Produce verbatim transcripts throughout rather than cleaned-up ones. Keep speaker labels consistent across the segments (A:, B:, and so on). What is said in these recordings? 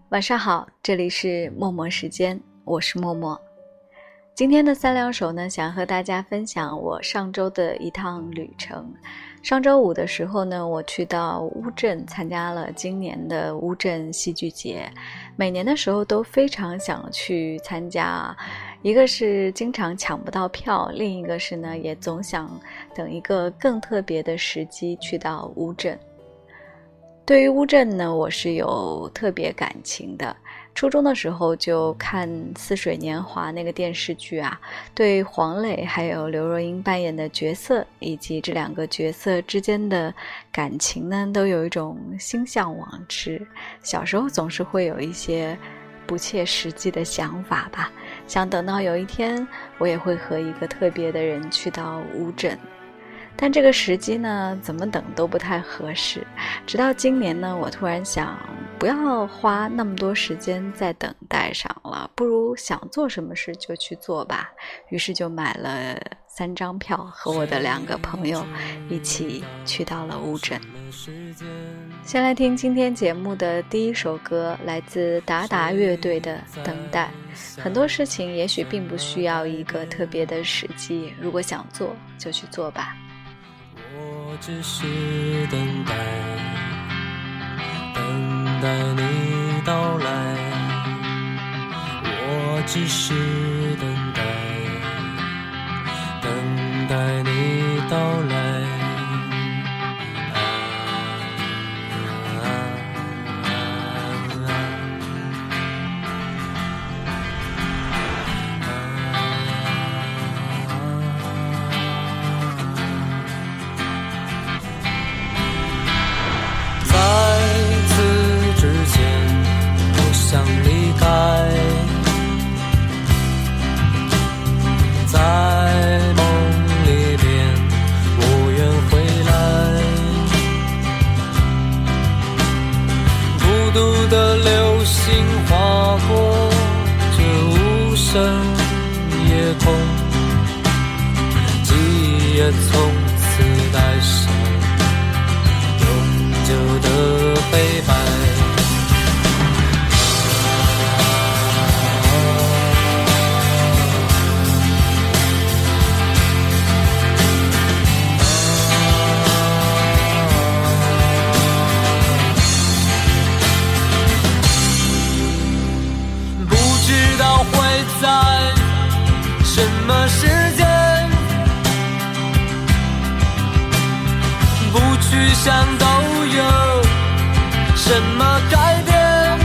A: 晚上好，这里是默默时间，我是默默。今天的三两首呢，想和大家分享我上周的一趟旅程。上周五的时候呢，我去到乌镇参加了今年的乌镇戏剧节。每年的时候都非常想去参加，一个是经常抢不到票，另一个是呢，也总想等一个更特别的时机去到乌镇。对于乌镇呢，我是有特别感情的。初中的时候就看《似水年华》那个电视剧啊，对黄磊还有刘若英扮演的角色以及这两个角色之间的感情呢，都有一种心向往之。小时候总是会有一些不切实际的想法吧，想等到有一天我也会和一个特别的人去到乌镇。但这个时机呢，怎么等都不太合适。直到今年呢，我突然想，不要花那么多时间在等待上了，不如想做什么事就去做吧。于是就买了三张票，和我的两个朋友一起去到了乌镇。先来听今天节目的第一首歌，来自达达乐队的《等待》。很多事情也许并不需要一个特别的时机，如果想做就去做吧。
B: 我只是等待，等待你到来，我只是等待，等待你到来。夜空，记忆也从此带上永久的黑白。不知道会在什么时间，不去想都有什么改变，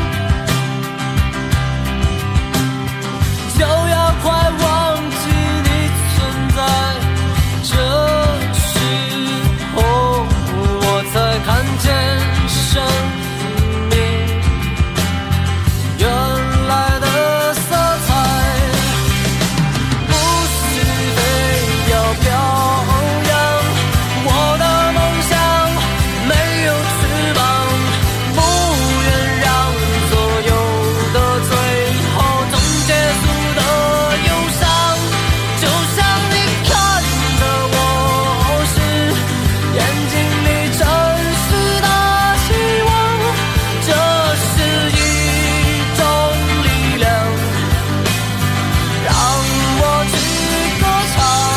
B: 就要快忘记你存在。这时候我才看见生命原来的色彩。表扬我的梦想没有翅膀，不愿让所有的最后总结束的忧伤。就像你看着我时，眼睛里真实的希望，这是一种力量，让我去歌唱。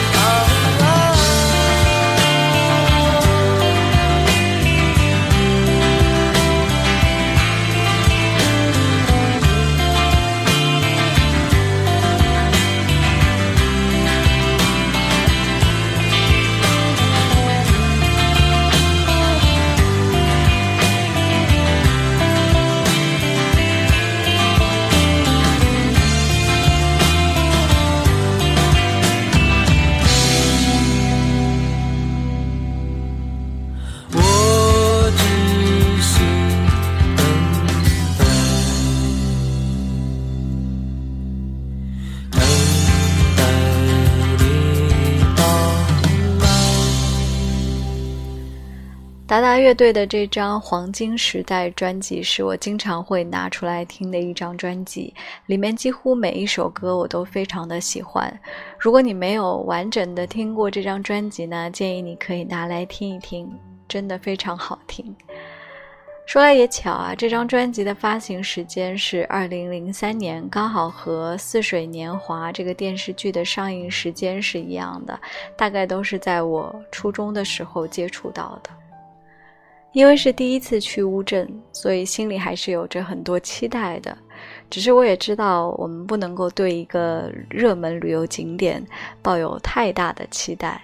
A: 达达乐队的这张黄金时代专辑是我经常会拿出来听的一张专辑，里面几乎每一首歌我都非常的喜欢。如果你没有完整的听过这张专辑呢，建议你可以拿来听一听，真的非常好听。 说来也巧啊，这张专辑的发行时间是二零零三年，刚好和《似水年华》这个电视剧的上映时间是一样的，大概都是在我初中的时候接触到的。因为是第一次去乌镇，所以心里还是有着很多期待的。只是我也知道，我们不能够对一个热门旅游景点抱有太大的期待。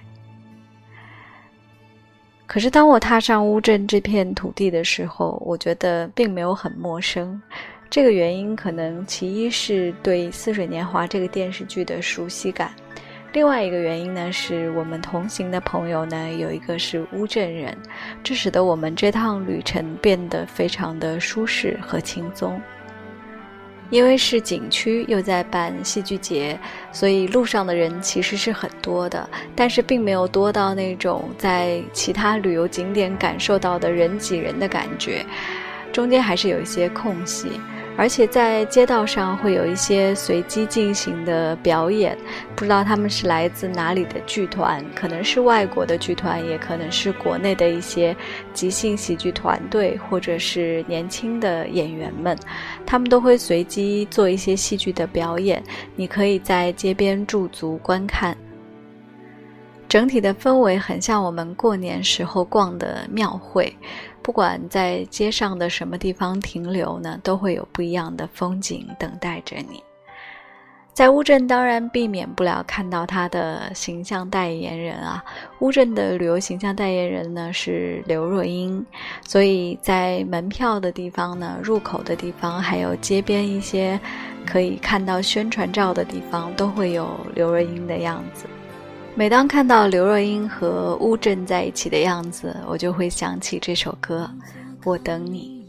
A: 可是当我踏上乌镇这片土地的时候，我觉得并没有很陌生。这个原因可能其一是对《似水年华》这个电视剧的熟悉感，另外一个原因呢，是我们同行的朋友呢有一个是乌镇人，这使得我们这趟旅程变得非常的舒适和轻松。因为是景区又在办戏剧节，所以路上的人其实是很多的，但是并没有多到那种在其他旅游景点感受到的人挤人的感觉，中间还是有一些空隙。而且在街道上会有一些随机进行的表演，不知道他们是来自哪里的剧团，可能是外国的剧团，也可能是国内的一些即兴喜剧团队，或者是年轻的演员们，他们都会随机做一些戏剧的表演，你可以在街边驻足观看。整体的氛围很像我们过年时候逛的庙会，不管在街上的什么地方停留呢，都会有不一样的风景等待着你。在乌镇当然避免不了看到他的形象代言人啊，乌镇的旅游形象代言人呢是刘若英，所以在门票的地方呢，入口的地方，还有街边一些可以看到宣传照的地方，都会有刘若英的样子。每当看到刘若英和乌镇在一起的样子，我就会想起这首歌《我等你》。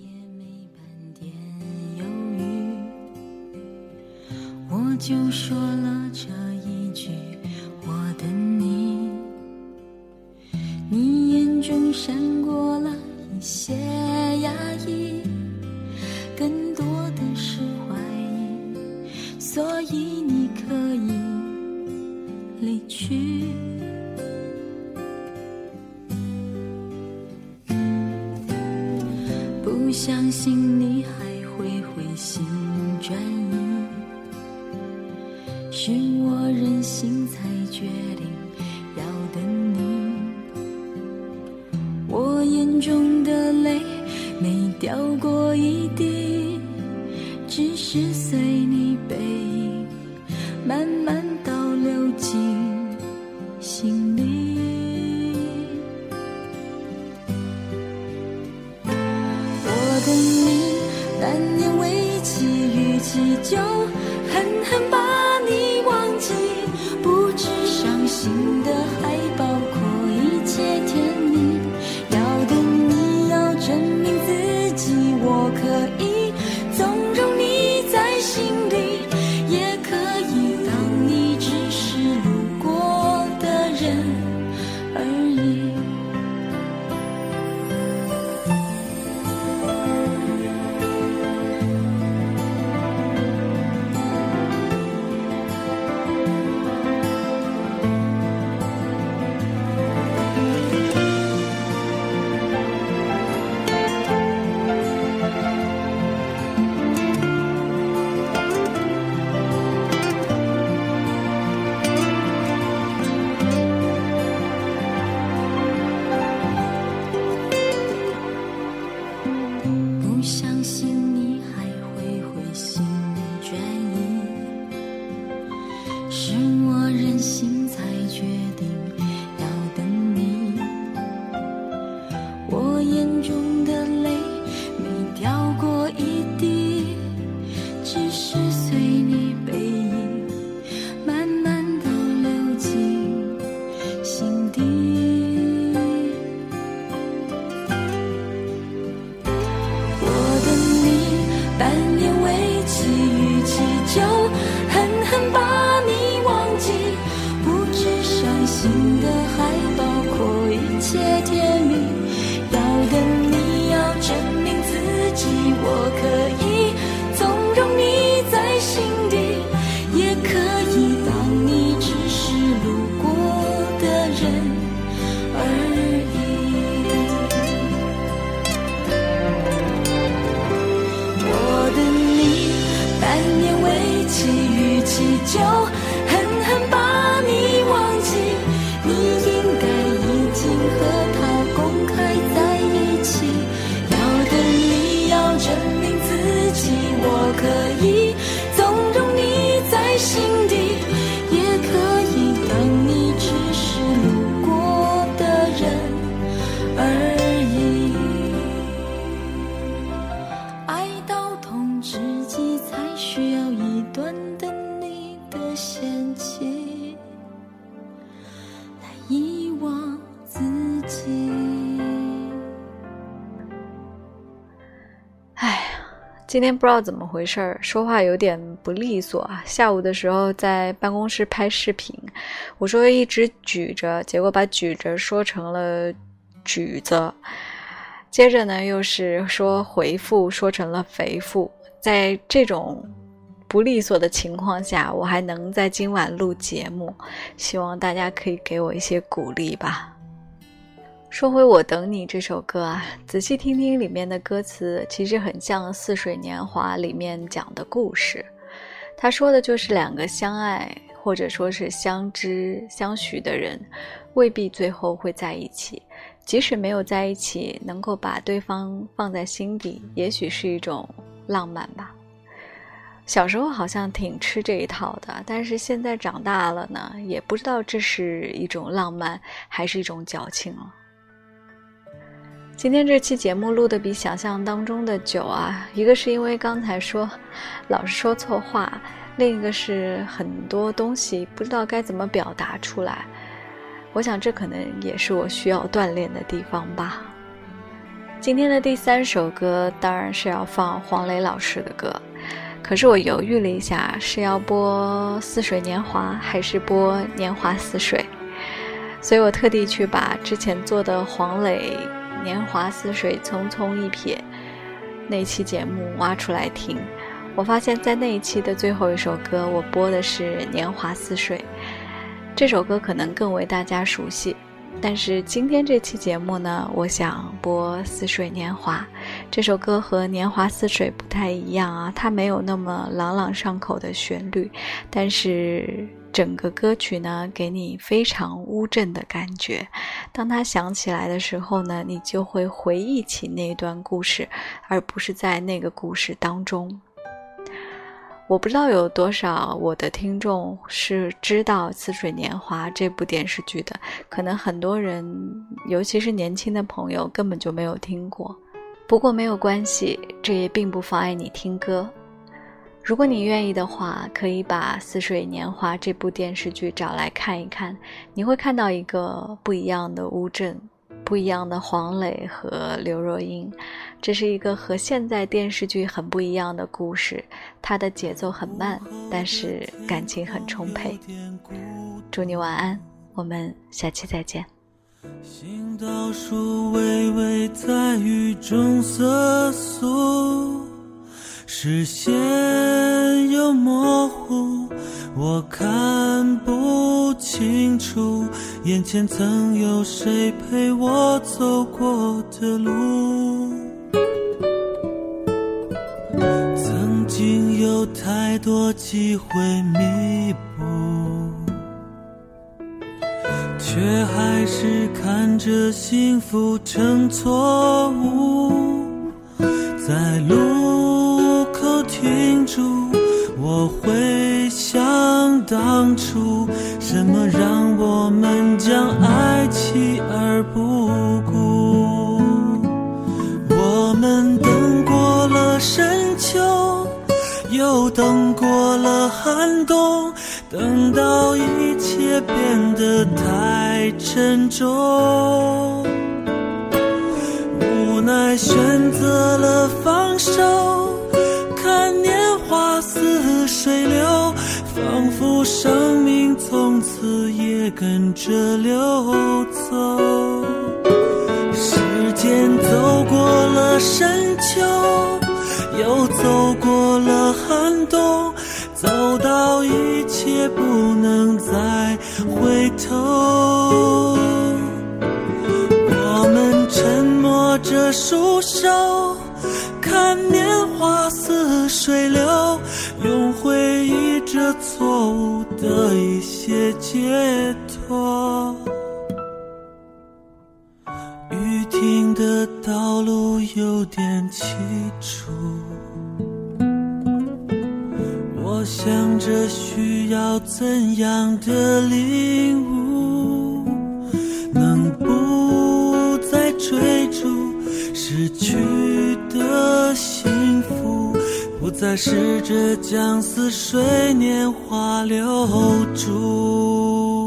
C: 我就说了这一句我等你，你眼中闪过了一些压抑，更多的是怀疑，所以你可以离去。不相信你还会回心转意，是我任性才决定要等你。我眼中的泪没掉过一滴，只是随你背影慢慢倒流进心里。我等你，难言为期，与其就狠狠把你忘记，不止伤心的还包括一切甜蜜。要等你，要证明自己，我可以纵容你在心里，也可以当你只是路过的人而已。我等你，
A: 今天不知道怎么回事，说话有点不利索啊。下午的时候在办公室拍视频，我说一直举着，结果把举着说成了举着。接着呢，又是说回复说成了肥腹。在这种不利索的情况下，我还能在今晚录节目，希望大家可以给我一些鼓励吧。说回我等你这首歌啊，仔细听听里面的歌词，其实很像《似水年华》里面讲的故事。他说的就是两个相爱或者说是相知相许的人，未必最后会在一起，即使没有在一起，能够把对方放在心底，也许是一种浪漫吧。小时候好像挺吃这一套的，但是现在长大了呢，也不知道这是一种浪漫还是一种矫情了。今天这期节目录得比想象当中的久啊，一个是因为刚才说老是说错话，另一个是很多东西不知道该怎么表达出来。我想这可能也是我需要锻炼的地方吧。今天的第三首歌当然是要放黄磊老师的歌，可是我犹豫了一下，是要播《似水年华》还是播《年华似水》，所以我特地去把之前做的黄磊年华似水匆匆一瞥那期节目挖出来听。我发现在那一期的最后一首歌，我播的是年华似水，这首歌可能更为大家熟悉，但是今天这期节目呢，我想播似水年华。这首歌和年华似水不太一样啊，它没有那么朗朗上口的旋律，但是整个歌曲呢，给你非常乌镇的感觉。当它响起来的时候呢，你就会回忆起那段故事，而不是在那个故事当中。我不知道有多少我的听众是知道《似水年华》这部电视剧的，可能很多人，尤其是年轻的朋友，根本就没有听过。不过没有关系，这也并不妨碍你听歌。如果你愿意的话，可以把《似水年华》这部电视剧找来看一看，你会看到一个不一样的乌镇，不一样的黄磊和刘若英。这是一个和现在电视剧很不一样的故事，它的节奏很慢，但是感情很充沛。祝你晚安，我们下期再见。
B: 行道树微微在雨中瑟缩，视线又模糊，我看不清楚眼前曾有谁陪我走过的路。曾经有太多机会弥补，却还是看着幸福成错误。在路口停住，我回想当初，什么让我们将爱弃而不顾。我们等过了深秋，又等过了寒冬，等到一切变得太沉重，无奈选择了放手，看年华似水流，仿佛生命从此也跟着流走。时间走过了深秋，又走过了寒冬，走到一切不能再回头。我们沉默着束手，看年华似水流，用回忆着错误的一些解脱。雨停的道路有点凄楚，我想着需要怎样的领悟，能不再追逐失去的幸福，不再试着将似水年华留住。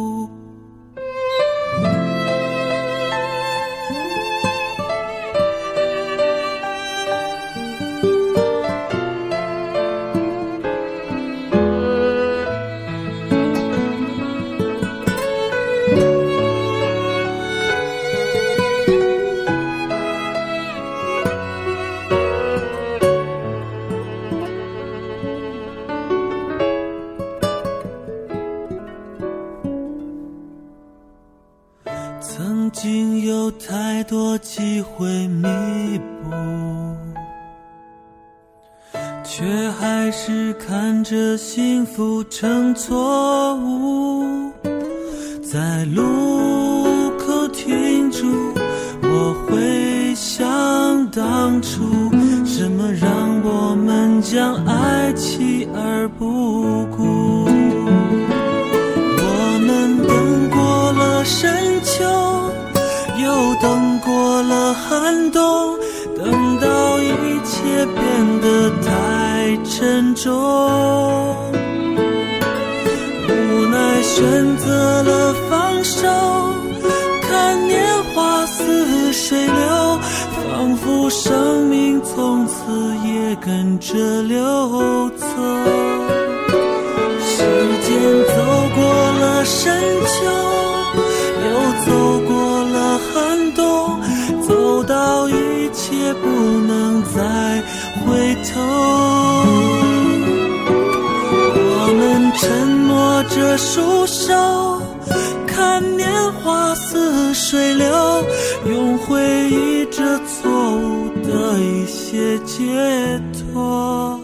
B: 却还是看着幸福成错误。在路口停住，我回想当初，什么让我们将爱弃而不顾。我们等过了深秋，又等过了寒冬，等到一切变得太沉重，无奈选择了放手，看年华似水流，仿佛生命从此也跟着流走。时间走过了深秋，又走过了寒冬，走到一切不能再回头。我们沉默着束手，看年华似水流，用回忆着错误的一些解脱。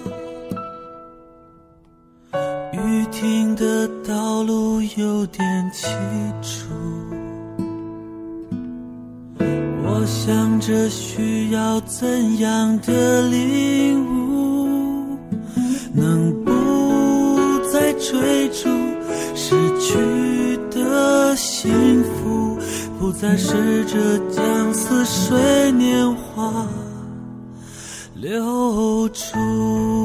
B: 雨停的道路有点凄楚，我想着需要怎样的领悟，能不再追逐失去的幸福，不再试着将似水年华留住。